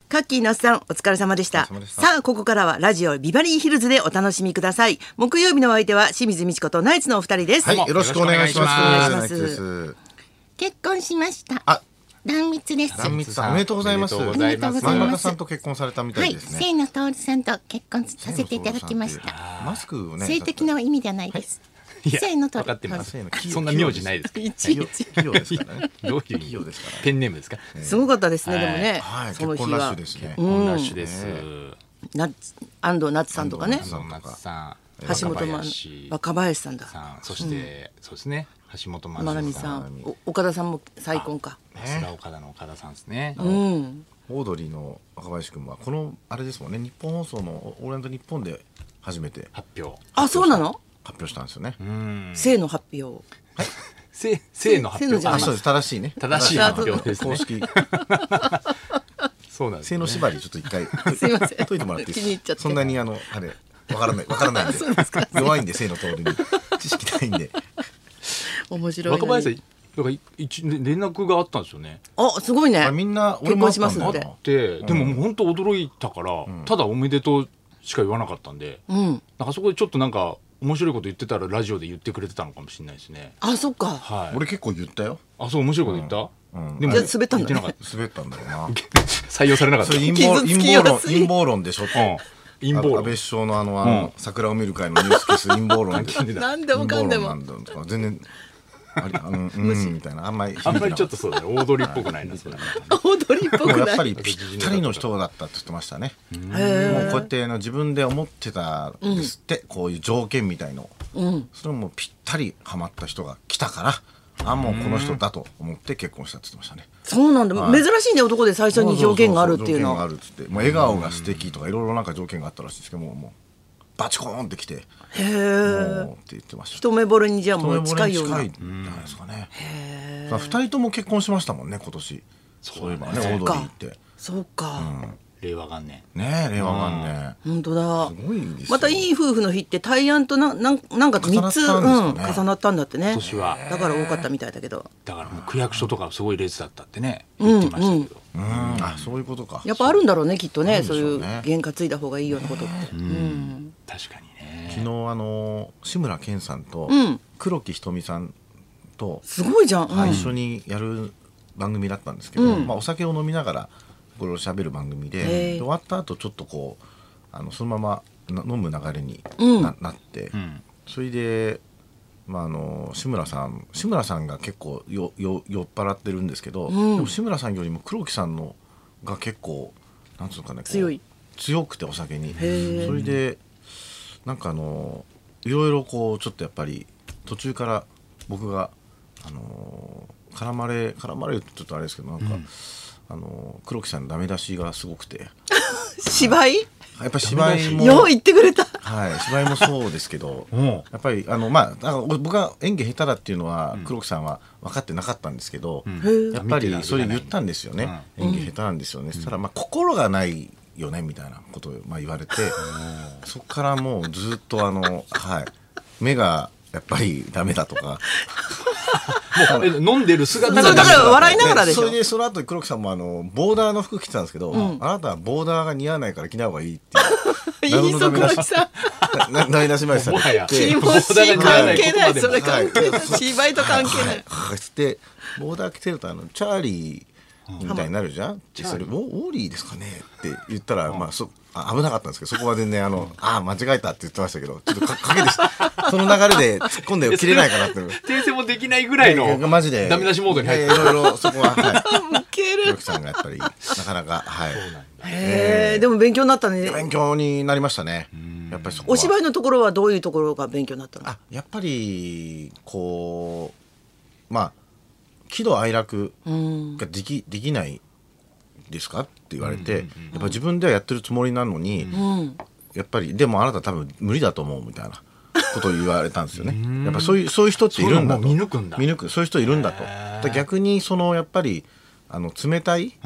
カッキー那須さんお疲れ様でした。さあここからはラジオビバリーヒルズでお楽しみください。木曜日のお相手は清水美智子とナイツのお二人です。 はい、よろしくお願いします。 お願いしますナイツです。 結婚しました。 あ、 壇蜜です。 壇蜜さんおめでとうございます。 おめでとうございます。 漫画家さんと結婚されたみたいですね。 清野徹さんと結婚させていただきました。 マスクをね、 性的な意味じゃないです。清野徹。 分かってます。そんな名字ないです。 企業ですからね。 どういう企業ですから。 ペンネームですか。 すごかったですね。でもね、 はい、 その日結婚ラッシはュですね。 結婚ラッシュです。 安藤夏さんとかね、 安藤夏さん、 橋本若林さんだ。 そしてそうですね、橋本真奈美さん、岡田さんも再婚か。 菅岡田の岡田さんですね。 うん。 オードリーの若林くんはこのあれですもんね、日本放送のオールナイトニッポンで初めて発表。 あ、そうなの？ 発表したんですよね。 性の発表。 性の発表。 あ、そうです。正しいね。 正しい発表ですね。 公式。 そうなんです。 性の縛りちょっと一回すいません。 解いてもらっていいですか。 気に入っちゃって。 そんなにあれわからないんで。弱いんで性の通りに知識ないんで。 面白い。 若林さん、だから連絡があったんですよね。 あ、すごいね。 みんな結婚しますので。 でももう本当驚いたから、ただおめでとうしか言わなかったんで、なんかそこでちょっとなんか面白いこと言ってたらラジオで言ってくれてたのかもしれないですね。 あ、そっか。 はい。 俺結構言ったよ。 あ、そう面白いこと言った。 でも滑ったんだね。 滑ったんだよな。 採用されなかった。 陰謀論でしょ。 陰謀論。 安倍首相の桜を見る会のニュースケス陰謀論で。 なんでもかんでも。 全然。みたいなあんまりちょっとそうだね、オードリーっぽくないなそれ。 オードリーっぽくない。 やっぱりぴったりの人だったって言ってましたね。もうこうやって自分で思ってたんですって、こういう条件みたいの、それもぴったりハマった人が来たから、もうこの人だと思って結婚したって言ってましたね。 そうなんだ。珍しいね、男で最初に条件があるっていうの。 条件があるっつって、もう笑顔が素敵とかいろいろなんか条件があったらしいですけども、バチコーンってきて、へえって言ってました。 一目惚れにじゃあもう近いような。 近いんじゃないですかね。2人とも結婚しましたもんね今年。そういえばね、オードリーって。 そうか。 令和元年。 ね、令和元年。 本当だ。 すごいです。 またいい夫婦の日って大安となんか3つ重なったんだってね。 今年は。 だから多かったみたいだけど。 だからもう区役所とかすごい列だったってね言ってましたけど。 あ、そういうことか。 やっぱあるんだろうねきっとね、そういう験担いだ方がいいようなことって。 確かにね。 昨日志村けんさんと黒木瞳さんとすごいじゃん。 一緒にやる番組だったんですけど、お酒を飲みながらこれを喋る番組で、終わった後ちょっとこうそのまま飲む流れになって、それで志村さんが結構酔っ払ってるんですけど、でも志村さんよりも黒木さんのが結構なんつうのかね、強くてお酒に。それでなんかいろいろこうちょっとやっぱり途中から僕が絡まれるってちょっとあれですけど、なんか黒木さんのダメ出しがすごくて芝居やっぱり芝居もよう言ってくれた。 はい、芝居もそうですけどやっぱり僕が演技下手だっていうのは黒木さんは分かってなかったんですけど、やっぱりそれ言ったんですよね。演技下手なんですよね。そしたら心がないよねみたいなことを言われて、そこからもうずっと目がやっぱりダメだとかもう飲んでる姿がだから笑いながらでしょ。 それでその後黒木さんもボーダーの服着てたんですけど、あなたはボーダーが似合わないから着ない方がいいって言いそ黒木さんなり出しましたね。 気持ち関係ない、それ関係ない、芝居と関係ない。 でボーダー着てるとチャーリーみたいになるじゃん。それオーリーですかねって言ったら危なかったんですけど、そこは全然間違えたって言ってましたけど、ちょっとかけてその流れで突っ込んで切れないかなって訂正もできないぐらいのマジでダメ出しモードに入っていろいろそこは黒木さんがやっぱりなかなかでも勉強になったね。 勉強になりましたね。やっぱりお芝居のところはどういうところが勉強になったの？ やっぱりこう喜怒哀楽ができないですかって言われて、やっぱ自分ではやってるつもりなのに、やっぱりでもあなた多分無理だと思うみたいなことを言われたんですよね。やっぱそういう人っているんだと。 見抜くんだ。 そういう人いるんだと。逆にやっぱり冷たい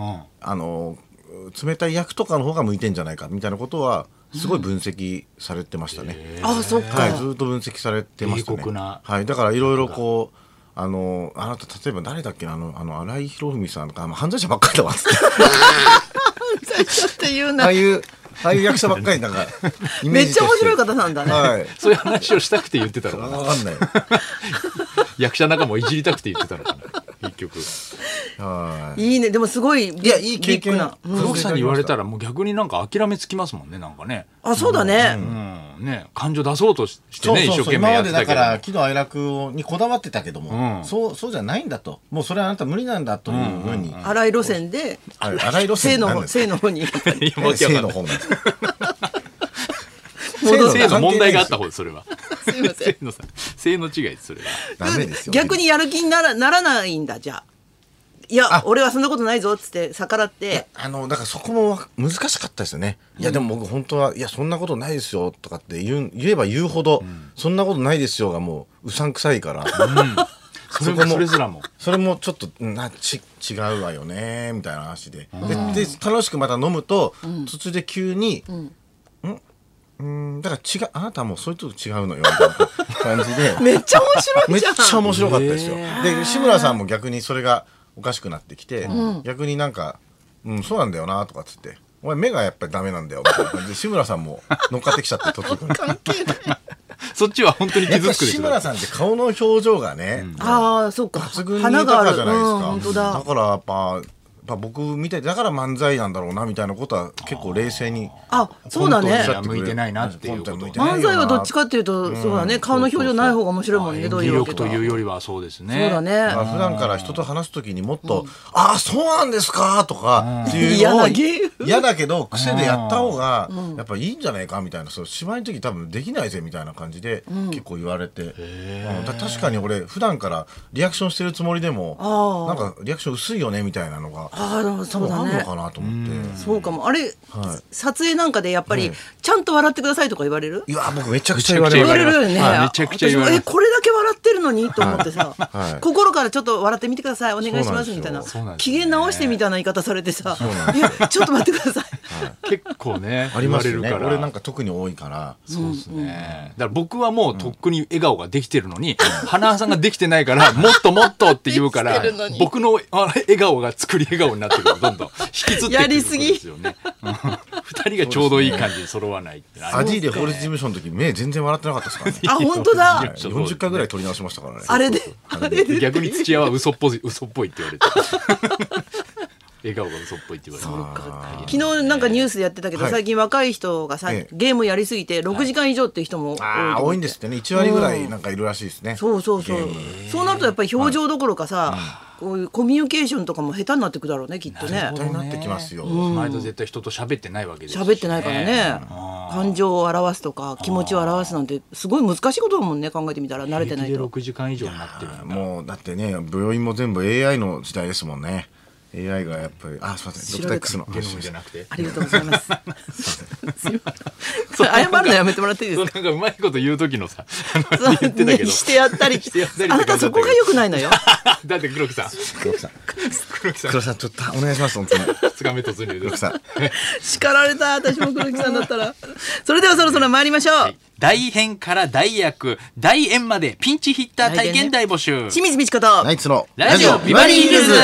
役とかの方が向いてんじゃないかみたいなことはすごい分析されてましたね。 そっか。 ずっと分析されてましたね。だからいろいろこうあなた例えば誰だっけ、新井博文さんとか犯罪者ばっかりだわっつって才師匠っていうな。 ああいう役者ばっかりなんかイメめっちゃージとして面白い方なんだね。 はい。 そういう話をしたくて言ってたのかな。 わかんない。 役者仲間をいじりたくて言ってたのかな結局。 はい。 いいね。でもすごいいやいい経験ビッグな。うん奥さんに言われたらもう逆になんか諦めつきますもんね、なんかね。 あ、そうだね。 ね、感情出そうとしてね、一生懸今ま命やってたけど。 でだから喜怒哀楽にこだわってたけども、そうじゃないんだと、もうそれはあなた無理なんだというふうに、 荒い路線で荒い路性の方線なんです性の方にいやわけ性わかんないの方なんです。 性の問題があった方です、それは。 すいません。 性の違いです、それは。 ダメですよ。 逆にやる気にならないんだ。じゃあ、いや俺はそんなことないぞっつって逆らって。 だからそこも難しかったですよね。いやでも僕本当はいやそんなことないですよとかって言えば言うほど、そんなことないですよがもううさんくさいから、 それすらもそれもちょっと違うわよねみたいな話で、で楽しくまた飲むと、途中で急にだからあなたはもうそういうとこ違うのよみたいな感じでめっちゃ面白めっいじゃん。 ちゃ面白かったですよ。で志村さんも逆にそれがおかしくなってきて、逆になんかそうなんだよなとかっつって、お前目がやっぱりダメなんだよみたいな感じで志村さんも乗っかってきちゃって途中から関係ない。 そっちは本当に気やっぱづくでしょ。 志村さんって顔の表情がね、 ああ、そうか。 抜群に花がある。 豊かじゃないですか。 本当だ。 だからやっぱ僕みたいだから漫才なんだろうなみたいなことは結構冷静にあ、そうだね。 向いてないなっていうこと。 漫才はどっちかっていうと、そうだね。顔の表情ない方が面白いもんね。どういうわけか。 力というよりはそうですね。 そうだね。 普段から人と話すときにもっとああそうなんですかとかっていうのを嫌だけど癖でやった方がやっぱいいんじゃないかみたいな、そう芝居の時多分できないぜみたいな感じで結構言われて、確かに俺普段からリアクションしてるつもりでもなんかリアクション薄いよねみたいなのがそうだね。 あるのかなと思って。 そうかも。あれ撮影なんかでやっぱりちゃんと笑ってくださいとか言われる？ いや僕めちゃくちゃ言われる。 言われるよね。 めちゃくちゃ言われる。 これだけ笑ってるのにと思ってさ、心からちょっと笑ってみてくださいお願いしますみたいな、機嫌直してみたいな言い方されてさ、いやちょっと待ってください。 結構ねありますよね。 言われるから。 俺なんか特に多いから。 そうですね。だから僕はもうとっくに笑顔ができてるのに、花さんができてないからもっともっとって言うから、僕の笑顔が作り笑顔になってくる、どんどん引きずってくるんですよね。二人がちょうどいい感じで揃わないって。 アジーで法律事務所の時目全然笑ってなかったですからね。 あ、本当だ。 40回ぐらい撮り直しましたからね。 あれで逆に土屋は嘘っぽいって言われて。笑顔が嘘っぽいって言われて。 昨日なんかニュースでやってたけど、最近若い人がさゲームやりすぎて6時間以上っていう人も多いんですってね。1割ぐらいなんかいるらしいですね。 そうそうなるとやっぱり表情どころかさ、こういうコミュニケーションとかも下手になってくだろうね、きっとね。 下手になってきますよ。 前と絶対人と喋ってないわけですしね。 喋ってないからね。感情を表すとか気持ちを表すなんてすごい難しいことだもんね、考えてみたら慣れてないと。 6時間以上になってるんだ。 もうだってね、病院も全部 AI の時代ですもんね。AI がやっぱりすみません、ドクター X のゲノムじゃなくて。 ありがとうございます。謝るのやめてもらっていいですか。 なんかうまいこと言う時のさ、言ってたけどしてやったりあなたそこが良くないのよ。 だって黒木さんちょっとお願いします本当に。 2日目突入で叱られた。私も黒木さんだったら。それではそろそろ参りましょう。 大変から大役大演までピンチヒッター体験大募集。 清水美智子とナイツのラジオビバリーヒルズ。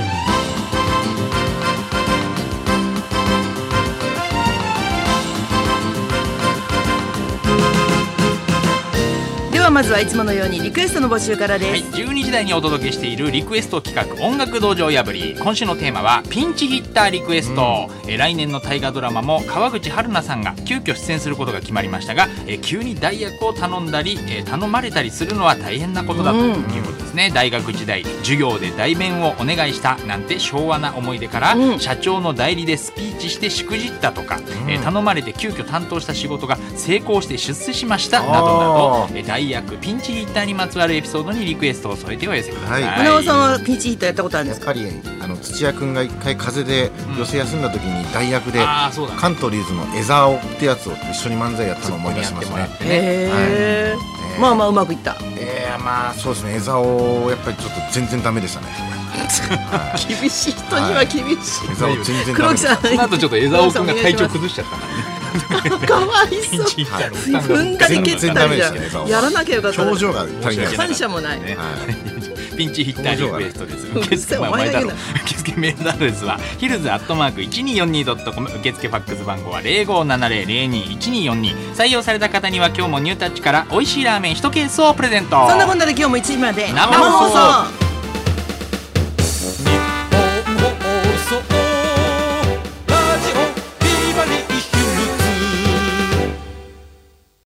まずはいつものようにリクエストの募集からです。 12時台にお届けしているリクエスト企画音楽道場破り。今週のテーマはピンチヒッターリクエスト。来年の大河ドラマも川口春奈さんが急遽出演することが決まりましたが、急に代役を頼んだり、頼まれたりするのは大変なことだということですね。大学時代授業で代弁をお願いしたなんて昭和な思い出から、社長の代理でスピーチしてしくじったとか、頼まれて急遽担当した仕事が成功して出世しましたなどなど、代役ピンチヒッターにまつわるエピソードにリクエストを添えてお寄せください。 花尾さんはピンチヒッターやったことあるんですか。 やっぱり土屋くんが一回風邪で寄せ休んだ時に代役でカントリーズの江沢ってやつを一緒に漫才やったのを思い出しますね。 まあまあうまくいった。 まあそうですね。江沢やっぱりちょっと全然ダメでしたね。 厳しい人には厳しい。 江沢全然ダメ黒木さん、 その後ちょっと江沢くんが体調崩しちゃったからね。 かわいそう。ふんだり蹴ったりじゃやらなきゃよかった。 表情が足りない。 感謝もない。 ピンチヒッターリクエストです。受付お前だろ。受付メールアドレスはヒルズ@1242.com、受付ファックス番号は0570021242。採用された方には今日もニュータッチから美味しいラーメン1ケースをプレゼント。 そんなこんなで今日も1時まで生放送。